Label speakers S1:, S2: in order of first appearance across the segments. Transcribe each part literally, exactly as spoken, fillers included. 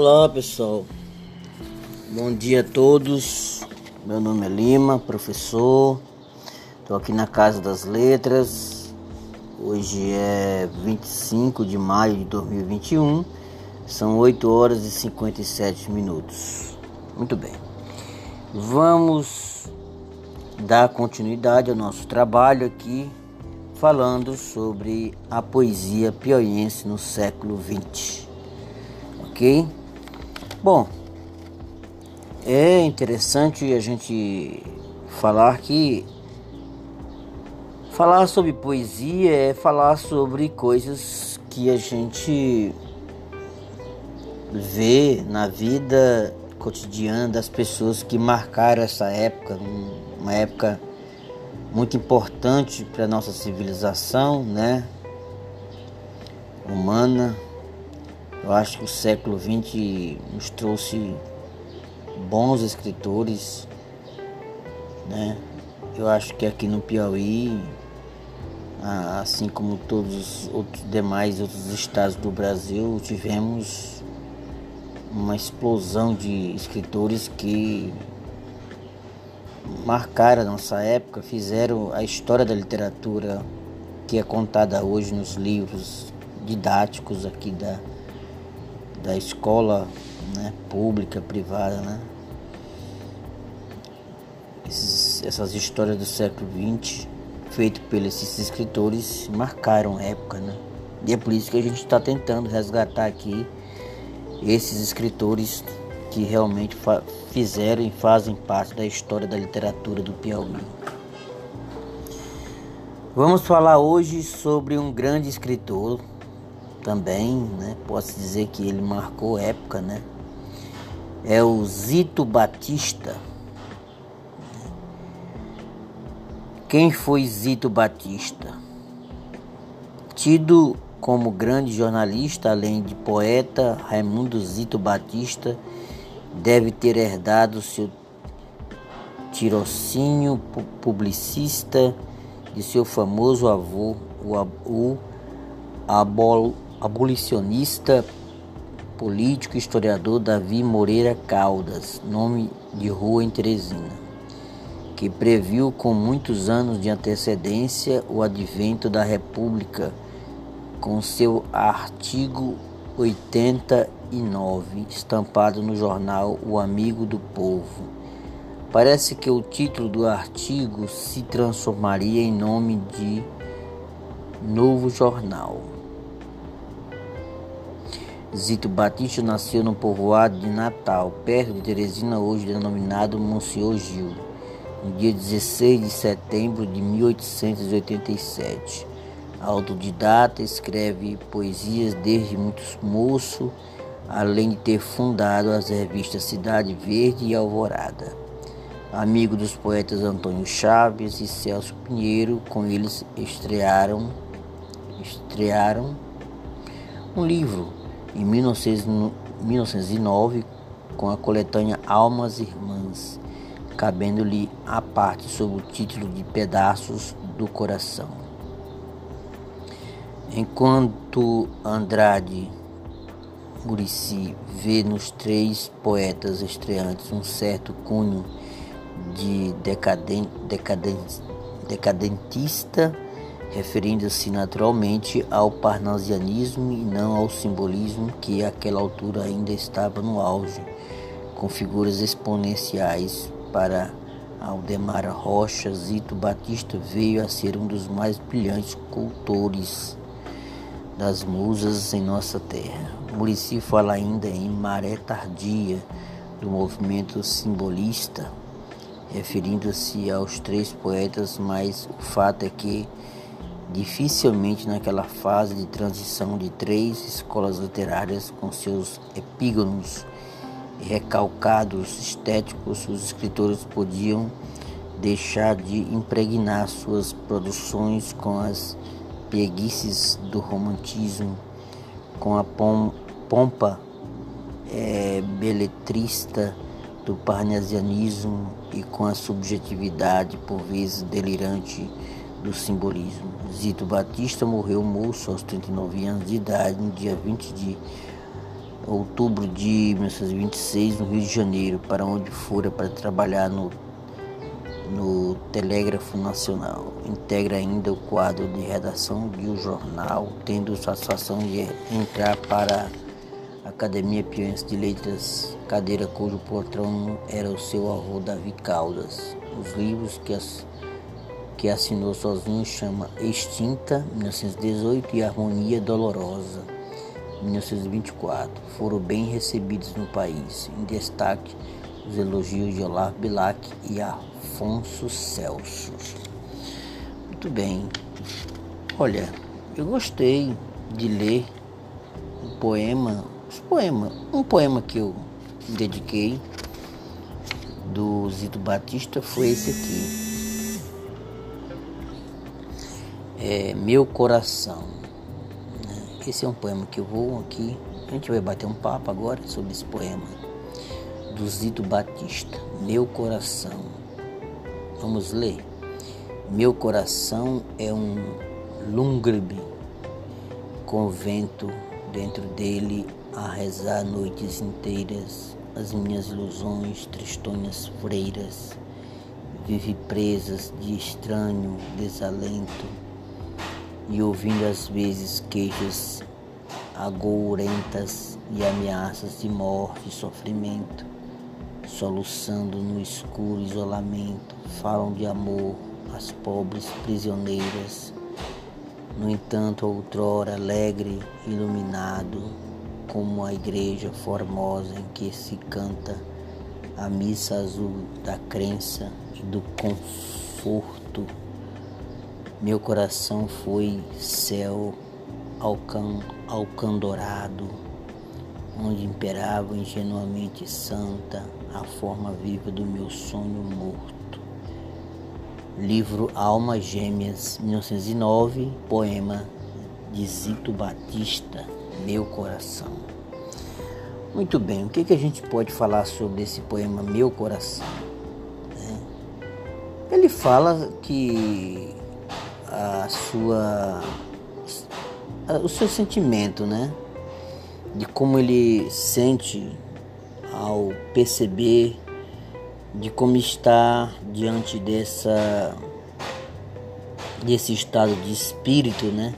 S1: Olá pessoal, bom dia a todos. Meu nome é Lima, professor. Estou aqui na Casa das Letras. Hoje é vinte e cinco de maio de dois mil e vinte e um. São oito horas e cinquenta e sete minutos. Muito bem. Vamos dar continuidade ao nosso trabalho aqui, falando sobre a poesia piauiense no século vinte. Ok? Bom, é interessante a gente falar que falar sobre poesia é falar sobre coisas que a gente vê na vida cotidiana das pessoas que marcaram essa época, uma época muito importante para a nossa civilização, né, humana. Eu acho que o século vinte nos trouxe bons escritores, né? Eu acho que aqui no Piauí, assim como todos os outros demais outros estados do Brasil, tivemos uma explosão de escritores que marcaram a nossa época, fizeram a história da literatura que é contada hoje nos livros didáticos aqui da da escola, né, pública, privada, né? Esses, essas histórias do século vinte, feitas pelos esses escritores, marcaram a época, né? E é por isso que a gente está tentando resgatar aqui esses escritores que realmente fa- fizeram e fazem parte da história da literatura do Piauí. Vamos falar hoje sobre um grande escritor também, né? Posso dizer que ele marcou época, né? É o Zito Batista. Quem foi Zito Batista? Tido como grande jornalista, além de poeta, Raimundo Zito Batista deve ter herdado seu tirocínio publicista de seu famoso avô, o abol abolicionista político e historiador Davi Moreira Caldas, nome de rua em Teresina, que previu com muitos anos de antecedência o advento da República com seu artigo oitenta e nove, estampado no jornal O Amigo do Povo. Parece que o título do artigo se transformaria em nome de Novo Jornal. Zito Batista nasceu no povoado de Natal, perto de Teresina, hoje denominado Monsenhor Gil, no dia dezesseis de setembro de mil oitocentos e oitenta e sete. Autodidata, escreve poesias desde muito moço, além de ter fundado as revistas Cidade Verde e Alvorada. Amigo dos poetas Antônio Chaves e Celso Pinheiro, com eles estrearam, estrearam um livro em mil novecentos e nove, com a coletânea Almas Irmãs, cabendo-lhe a parte sob o título de Pedaços do Coração. Enquanto Andrade Muricy vê nos três poetas estreantes um certo cunho de decaden, decaden, decadentista, referindo-se naturalmente ao parnasianismo e não ao simbolismo que àquela altura ainda estava no auge, com figuras exponenciais. Para Aldemar Rocha, Zito Batista veio a ser um dos mais brilhantes cultores das musas em nossa terra. Muricy fala ainda em Maré Tardia, do movimento simbolista, referindo-se aos três poetas, mas o fato é que dificilmente naquela fase de transição de três escolas literárias com seus epígonos e recalcados estéticos, os escritores podiam deixar de impregnar suas produções com as preguiças do romantismo, com a pom pompa é, beletrista do parnasianismo e com a subjetividade, por vezes delirante, do simbolismo. Zito Batista morreu moço aos trinta e nove anos de idade, no dia vinte de outubro de mil novecentos e vinte e seis, no Rio de Janeiro, para onde fora para trabalhar no, no Telégrafo Nacional. Integra ainda o quadro de redação de um jornal, tendo satisfação de entrar para a Academia Piauiense de Letras, cadeira cujo patrono era o seu avô Davi Caldas. Os livros que, as, que assinou sozinho chama Extinta, mil novecentos e dezoito, e Harmonia Dolorosa, mil novecentos e vinte e quatro, foram bem recebidos no país. Em destaque, os elogios de Olavo Bilac e Afonso Celso. Muito bem. Olha, eu gostei de ler um poema, os poema, um poema que eu dediquei do Zito Batista foi esse aqui. É Meu Coração. Esse é um poema que eu vou aqui, a gente vai bater um papo agora sobre esse poema do Zito Batista. Meu coração. Vamos ler. Meu coração é um lúgubre convento, dentro dele a rezar noites inteiras, as minhas ilusões, tristonhas freiras, vive presas de estranho desalento, e ouvindo às vezes queixas agourentas e ameaças de morte e sofrimento, soluçando no escuro isolamento, falam de amor às pobres prisioneiras. No entanto, outrora alegre, iluminado, como a igreja formosa em que se canta a missa azul da crença e do conforto, meu coração foi céu alcan, alcandorado, onde imperava ingenuamente santa a forma viva do meu sonho morto. Livro Almas Gêmeas, mil novecentos e nove, poema de Zito Batista, Meu Coração. Muito bem, o que, que a gente pode falar sobre esse poema Meu Coração? É. Ele fala que a sua, a, o seu sentimento, né, de como ele sente ao perceber de como está diante dessa, desse estado de espírito, né?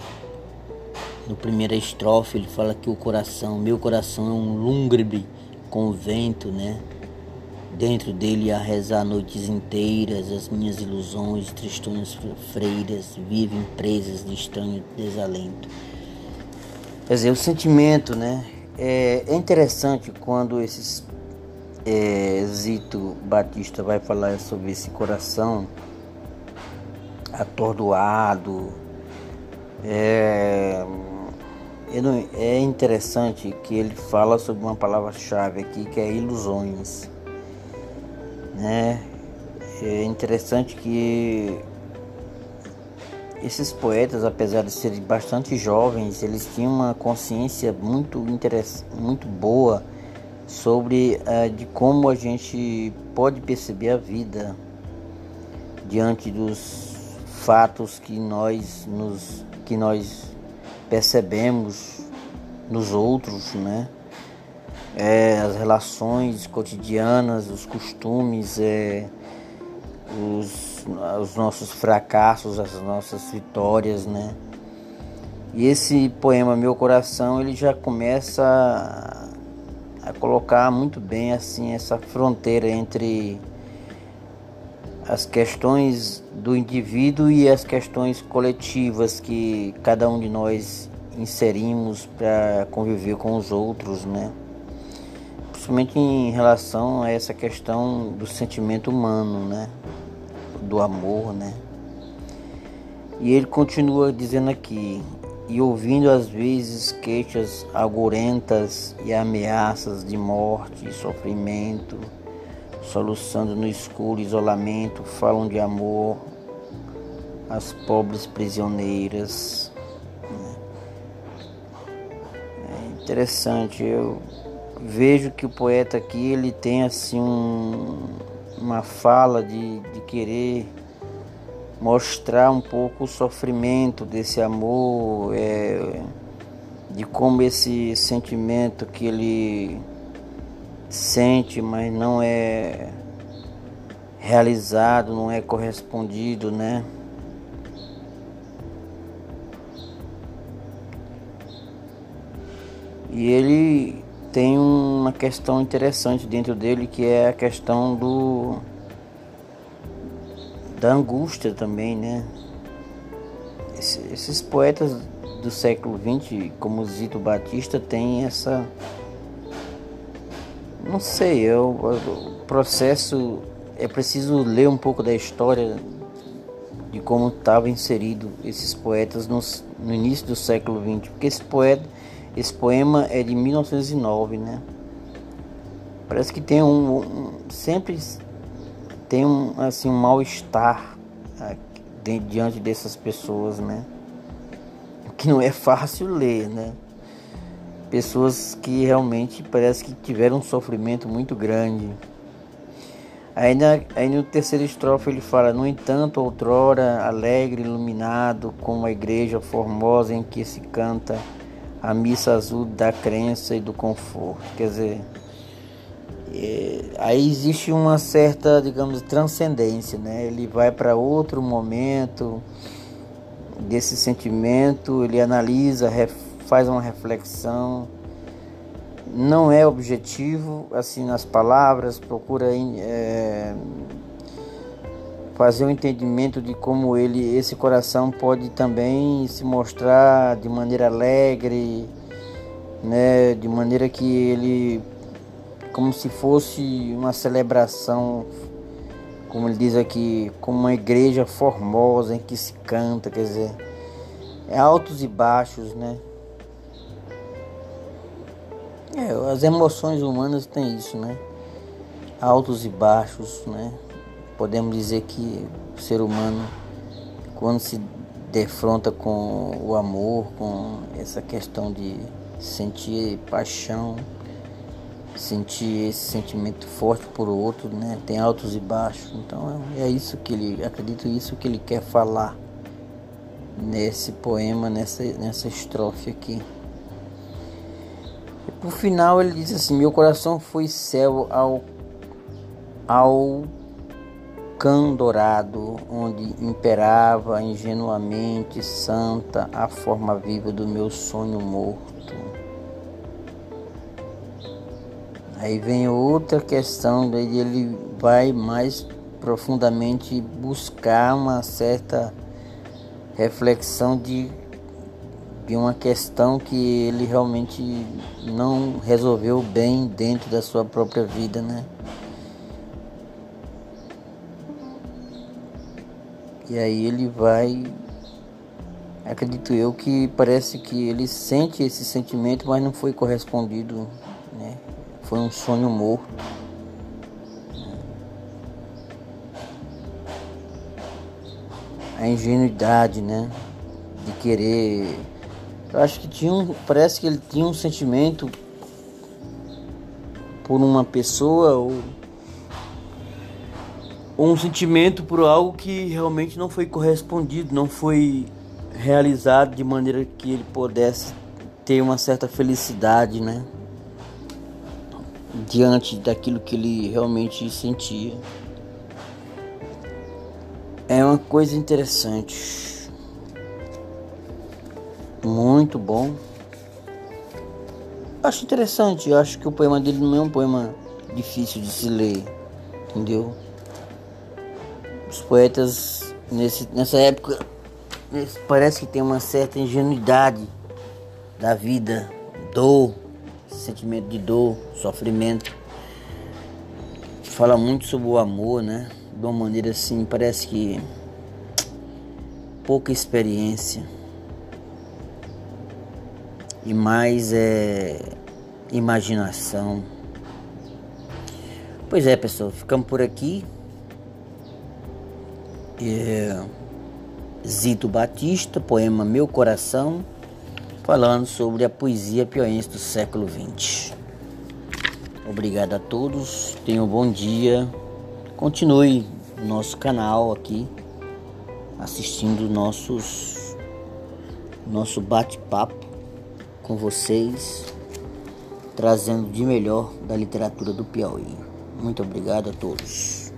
S1: No primeira estrofe ele fala que o coração, meu coração é um lúgubre convento, né? Dentro dele a rezar noites inteiras, as minhas ilusões, tristonhas freiras, vivem presas de estranho desalento. Quer dizer, o sentimento, né? É, é interessante quando esses é, Zito Batista vai falar sobre esse coração atordoado. É, é interessante que ele fala sobre uma palavra-chave aqui, que é ilusões. Né? É interessante que esses poetas, apesar de serem bastante jovens, eles tinham uma consciência muito, interess... muito boa sobre uh, de como a gente pode perceber a vida diante dos fatos que nós, nos, que nós percebemos nos outros, né? É, as relações cotidianas, os costumes, é, os, os nossos fracassos, as nossas vitórias, né? E esse poema Meu Coração, ele já começa a, a colocar muito bem assim essa fronteira entre as questões do indivíduo e as questões coletivas que cada um de nós inserimos para conviver com os outros, né? Principalmente em relação a essa questão do sentimento humano, né? Do amor, né? E ele continua dizendo aqui: e ouvindo às vezes queixas agourentas e ameaças de morte e sofrimento, soluçando no escuro isolamento, falam de amor às pobres prisioneiras. É interessante, eu vejo que o poeta aqui ele tem assim um, uma fala de, de querer mostrar um pouco o sofrimento desse amor, é, de como esse sentimento que ele sente, mas não é realizado, não é correspondido, né? E ele tem uma questão interessante dentro dele, que é a questão do da angústia também, né? Esse, esses poetas do século vinte, como Zito Batista, tem essa, não sei, é o, o processo, é preciso ler um pouco da história de como estava inserido esses poetas no, no início do século vinte, porque esse poeta, esse poema é de mil novecentos e nove, né? Parece que tem um, um sempre tem um assim um mal-estar diante dessas pessoas, né? Que não é fácil ler, né? Pessoas que realmente parece que tiveram um sofrimento muito grande. Aí, na, aí no terceiro estrofe ele fala: no entanto, outrora alegre, iluminado, como a igreja formosa em que se canta a missa azul da crença e do conforto. Quer dizer, é, aí existe uma certa, digamos, transcendência, né? Ele vai para outro momento desse sentimento, ele analisa, ref, faz uma reflexão, não é objetivo assim nas palavras, procura é, fazer um entendimento de como ele, esse coração pode também se mostrar de maneira alegre, né, de maneira que ele, como se fosse uma celebração, como ele diz aqui, como uma igreja formosa em que se canta, quer dizer, é altos e baixos, né? É, as emoções humanas têm isso, né? Altos e baixos, né? Podemos dizer que o ser humano, quando se defronta com o amor, com essa questão de sentir paixão, sentir esse sentimento forte por outro, né? Tem altos e baixos. Então é isso que ele, acredito, isso que ele quer falar nesse poema, nessa, nessa estrofe aqui. E por final ele diz assim: meu coração foi céu ao ao cão dourado, onde imperava ingenuamente santa a forma viva do meu sonho morto. Aí vem outra questão, daí ele vai mais profundamente buscar uma certa reflexão de, de uma questão que ele realmente não resolveu bem dentro da sua própria vida, né? E aí ele vai, acredito eu, que parece que ele sente esse sentimento, mas não foi correspondido, né? Foi um sonho morto. A ingenuidade, né? De querer. Eu acho que tinha um. Parece que ele tinha um sentimento por uma pessoa, ou, ou um sentimento por algo que realmente não foi correspondido, não foi realizado de maneira que ele pudesse ter uma certa felicidade, né? Diante daquilo que ele realmente sentia. É uma coisa interessante, muito bom. Acho interessante, eu acho que o poema dele não é um poema difícil de se ler, entendeu? Os poetas nesse, nessa época parece que tem uma certa ingenuidade da vida, dor, sentimento de dor, sofrimento. Fala muito sobre o amor, né? De uma maneira assim, parece que pouca experiência e mais é imaginação. Pois é, pessoal, ficamos por aqui. É, Zito Batista, poema Meu Coração, falando sobre a poesia piauiense do século vinte. Obrigado a todos, tenham um bom dia. Continue no nosso canal aqui, assistindo nossos nosso bate-papo com vocês, trazendo de melhor da literatura do Piauí. Muito obrigado a todos.